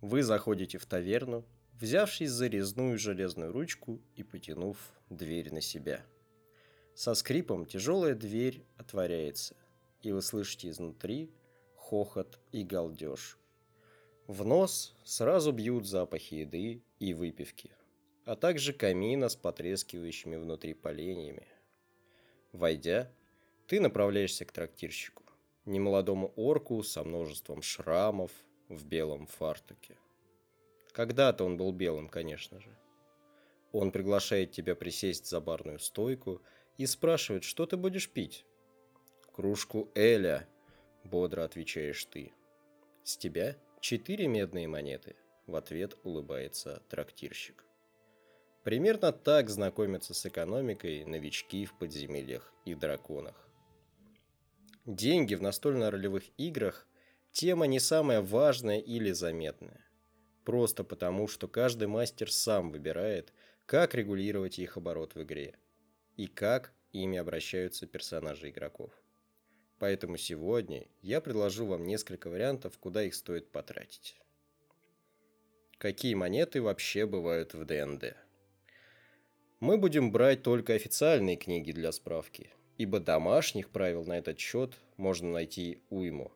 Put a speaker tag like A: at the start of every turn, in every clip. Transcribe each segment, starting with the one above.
A: Вы заходите в таверну, взявшись за резную железную ручку и потянув дверь на себя. Со скрипом тяжелая дверь отворяется, и вы слышите изнутри хохот и галдеж. В нос сразу бьют запахи еды и выпивки, а также камина с потрескивающими внутри поленьями. Войдя, ты направляешься к трактирщику, немолодому орку со множеством шрамов в белом фартуке. Когда-то он был белым, конечно же. Он приглашает тебя присесть за барную стойку и спрашивает, что ты будешь пить. «Кружку эля», — бодро отвечаешь ты. «С тебя 4 медные монеты», — в ответ улыбается трактирщик. Примерно так знакомятся с экономикой новички в подземельях и драконах. Деньги в настольно-ролевых играх – тема не самая важная или заметная. Просто потому, что каждый мастер сам выбирает, как регулировать их оборот в игре и как ими обращаются персонажи игроков. Поэтому сегодня я предложу вам несколько вариантов, куда их стоит потратить. Какие монеты вообще бывают в ДНД? Мы будем брать только официальные книги для справки, ибо домашних правил на этот счет можно найти уйму.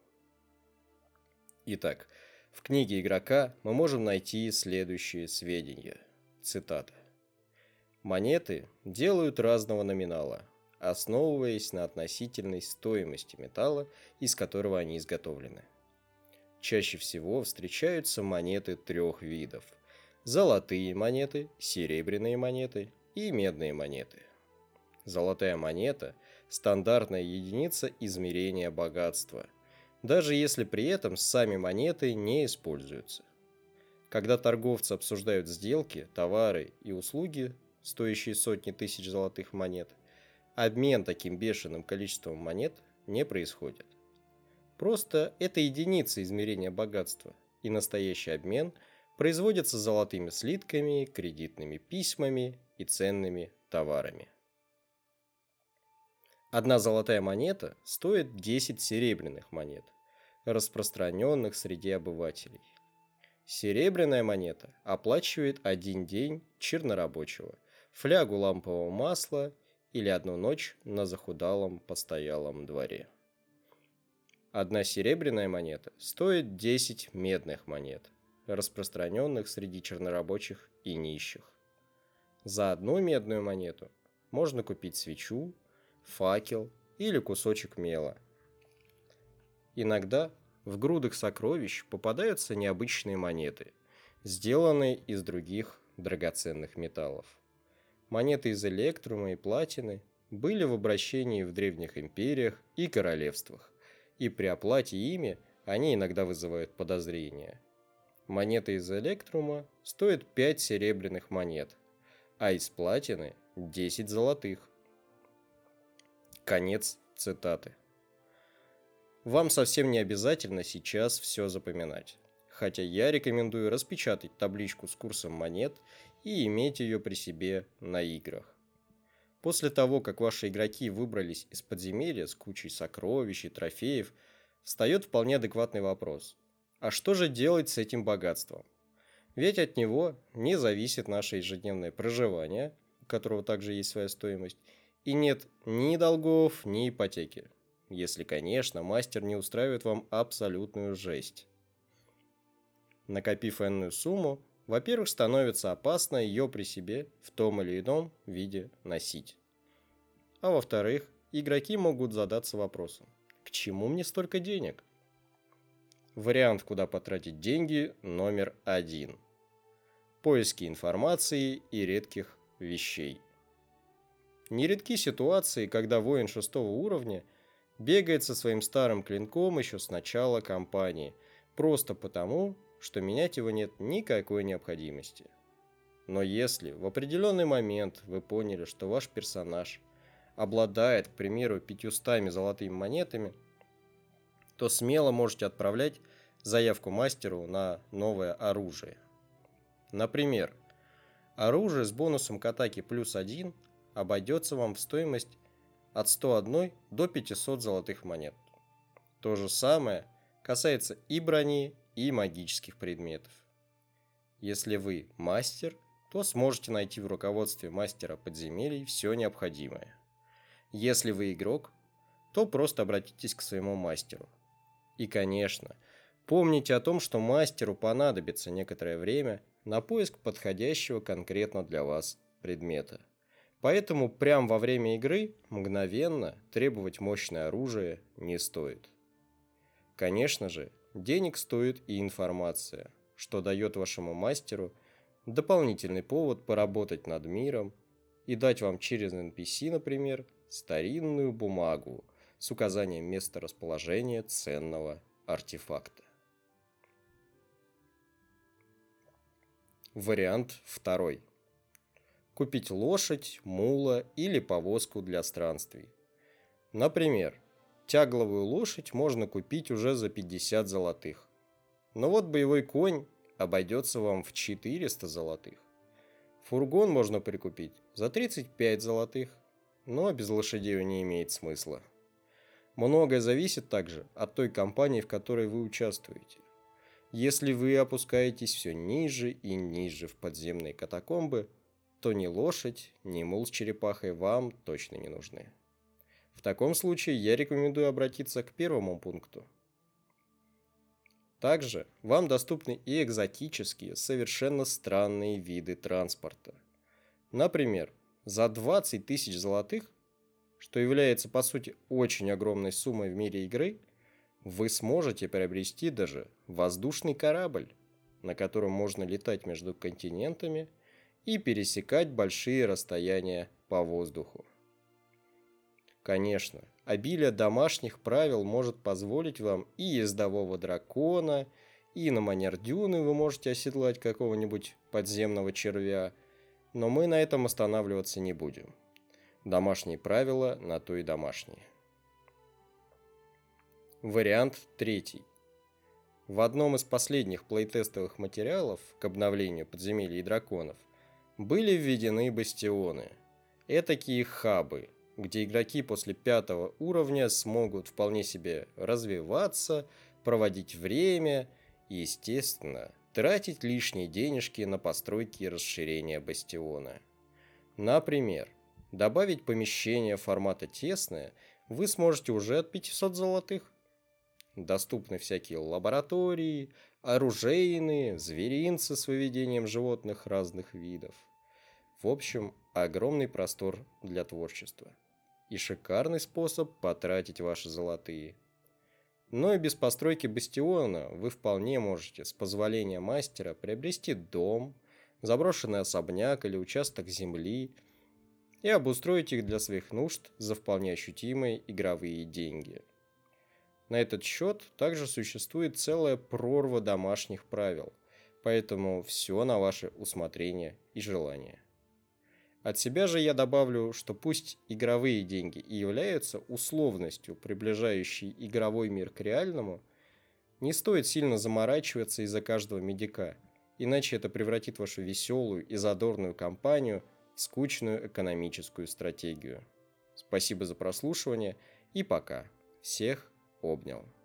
A: Итак, в книге игрока мы можем найти следующие сведения. Цитата. Монеты делают разного номинала, основываясь на относительной стоимости металла, из которого они изготовлены. Чаще всего встречаются монеты 3 видов: золотые монеты, серебряные монеты и медные монеты. Золотая монета – стандартная единица измерения богатства, даже если при этом сами монеты не используются. Когда торговцы обсуждают сделки, товары и услуги, стоящие сотни тысяч золотых монет, обмен таким бешеным количеством монет не происходит. Просто это единица измерения богатства, и настоящий обмен производится золотыми слитками, кредитными письмами и ценными товарами. Одна золотая монета стоит 10 серебряных монет, распространенных среди обывателей. Серебряная монета оплачивает 1 день чернорабочего, флягу лампового масла или 1 ночь на захудалом постоялом дворе. Одна серебряная монета стоит 10 медных монет, распространенных среди чернорабочих и нищих. За 1 медную монету можно купить свечу, факел или кусочек мела. Иногда в грудах сокровищ попадаются необычные монеты, сделанные из других драгоценных металлов. Монеты из электрума и платины были в обращении в древних империях и королевствах, и при оплате ими они иногда вызывают подозрения. Монеты из электрума стоят 5 серебряных монет, а из платины 10 золотых. Конец цитаты. Вам совсем не обязательно сейчас все запоминать, хотя я рекомендую распечатать табличку с курсом монет и иметь ее при себе на играх. После того, как ваши игроки выбрались из подземелья с кучей сокровищ и трофеев, встает вполне адекватный вопрос: а что же делать с этим богатством? Ведь от него не зависит наше ежедневное проживание, у которого также есть своя стоимость, и нет ни долгов, ни ипотеки. Если, конечно, мастер не устраивает вам абсолютную жесть. Накопив энную сумму, во-первых, становится опасно ее при себе в том или ином виде носить. А во-вторых, игроки могут задаться вопросом: к чему мне столько денег? Вариант, куда потратить деньги, номер 1. Поиски информации и редких вещей. Нередки ситуации, когда воин 6-го уровня бегает со своим старым клинком еще с начала кампании, просто потому, что менять его нет никакой необходимости. Но если в определенный момент вы поняли, что ваш персонаж обладает, к примеру, 500 золотыми монетами, то смело можете отправлять заявку мастеру на новое оружие. Например, оружие с бонусом к атаке +1 обойдется вам в стоимость от 101 до 500 золотых монет. То же самое касается и брони, и магических предметов. Если вы мастер, то сможете найти в руководстве мастера подземелий все необходимое. Если вы игрок, то просто обратитесь к своему мастеру. И, конечно, помните о том, что мастеру понадобится некоторое время на поиск подходящего конкретно для вас предмета. Поэтому прямо во время игры мгновенно требовать мощное оружие не стоит. Конечно же, денег стоит и информация, что дает вашему мастеру дополнительный повод поработать над миром и дать вам через NPC, например, старинную бумагу с указанием места расположения ценного артефакта. Вариант второй. Купить лошадь, мула или повозку для странствий. Например, тягловую лошадь можно купить уже за 50 золотых. Но вот боевой конь обойдется вам в 400 золотых. Фургон можно прикупить за 35 золотых, но без лошадей он не имеет смысла. Многое зависит также от той компании, в которой вы участвуете. Если вы опускаетесь все ниже и ниже в подземные катакомбы, то ни лошадь, ни мул с черепахой вам точно не нужны. В таком случае я рекомендую обратиться к первому пункту. Также вам доступны и экзотические, совершенно странные виды транспорта. Например, за 20 тысяч золотых, что является по сути очень огромной суммой в мире игры, вы сможете приобрести даже воздушный корабль, на котором можно летать между континентами и пересекать большие расстояния по воздуху. Конечно, обилие домашних правил может позволить вам и ездового дракона, и на манер Дюны вы можете оседлать какого-нибудь подземного червя, но мы на этом останавливаться не будем. Домашние правила на то и домашние. Вариант третий. В одном из последних плейтестовых материалов к обновлению подземелий и драконов были введены бастионы. Этакие хабы, где игроки после 5 уровня смогут вполне себе развиваться, проводить время и, естественно, тратить лишние денежки на постройки и расширение бастиона. Например, добавить помещение формата тесное вы сможете уже от 500 золотых. Доступны всякие лаборатории, оружейные, зверинцы с выведением животных разных видов. В общем, огромный простор для творчества. И шикарный способ потратить ваши золотые. Но и без постройки бастиона вы вполне можете, с позволения мастера, приобрести дом, заброшенный особняк или участок земли и обустроить их для своих нужд за вполне ощутимые игровые деньги. На этот счет также существует целая прорва домашних правил, поэтому все на ваше усмотрение и желание. От себя же я добавлю, что пусть игровые деньги и являются условностью, приближающей игровой мир к реальному, не стоит сильно заморачиваться из-за каждого медика, иначе это превратит вашу веселую и задорную кампанию в скучную экономическую стратегию. Спасибо за прослушивание и пока. Всех обнял.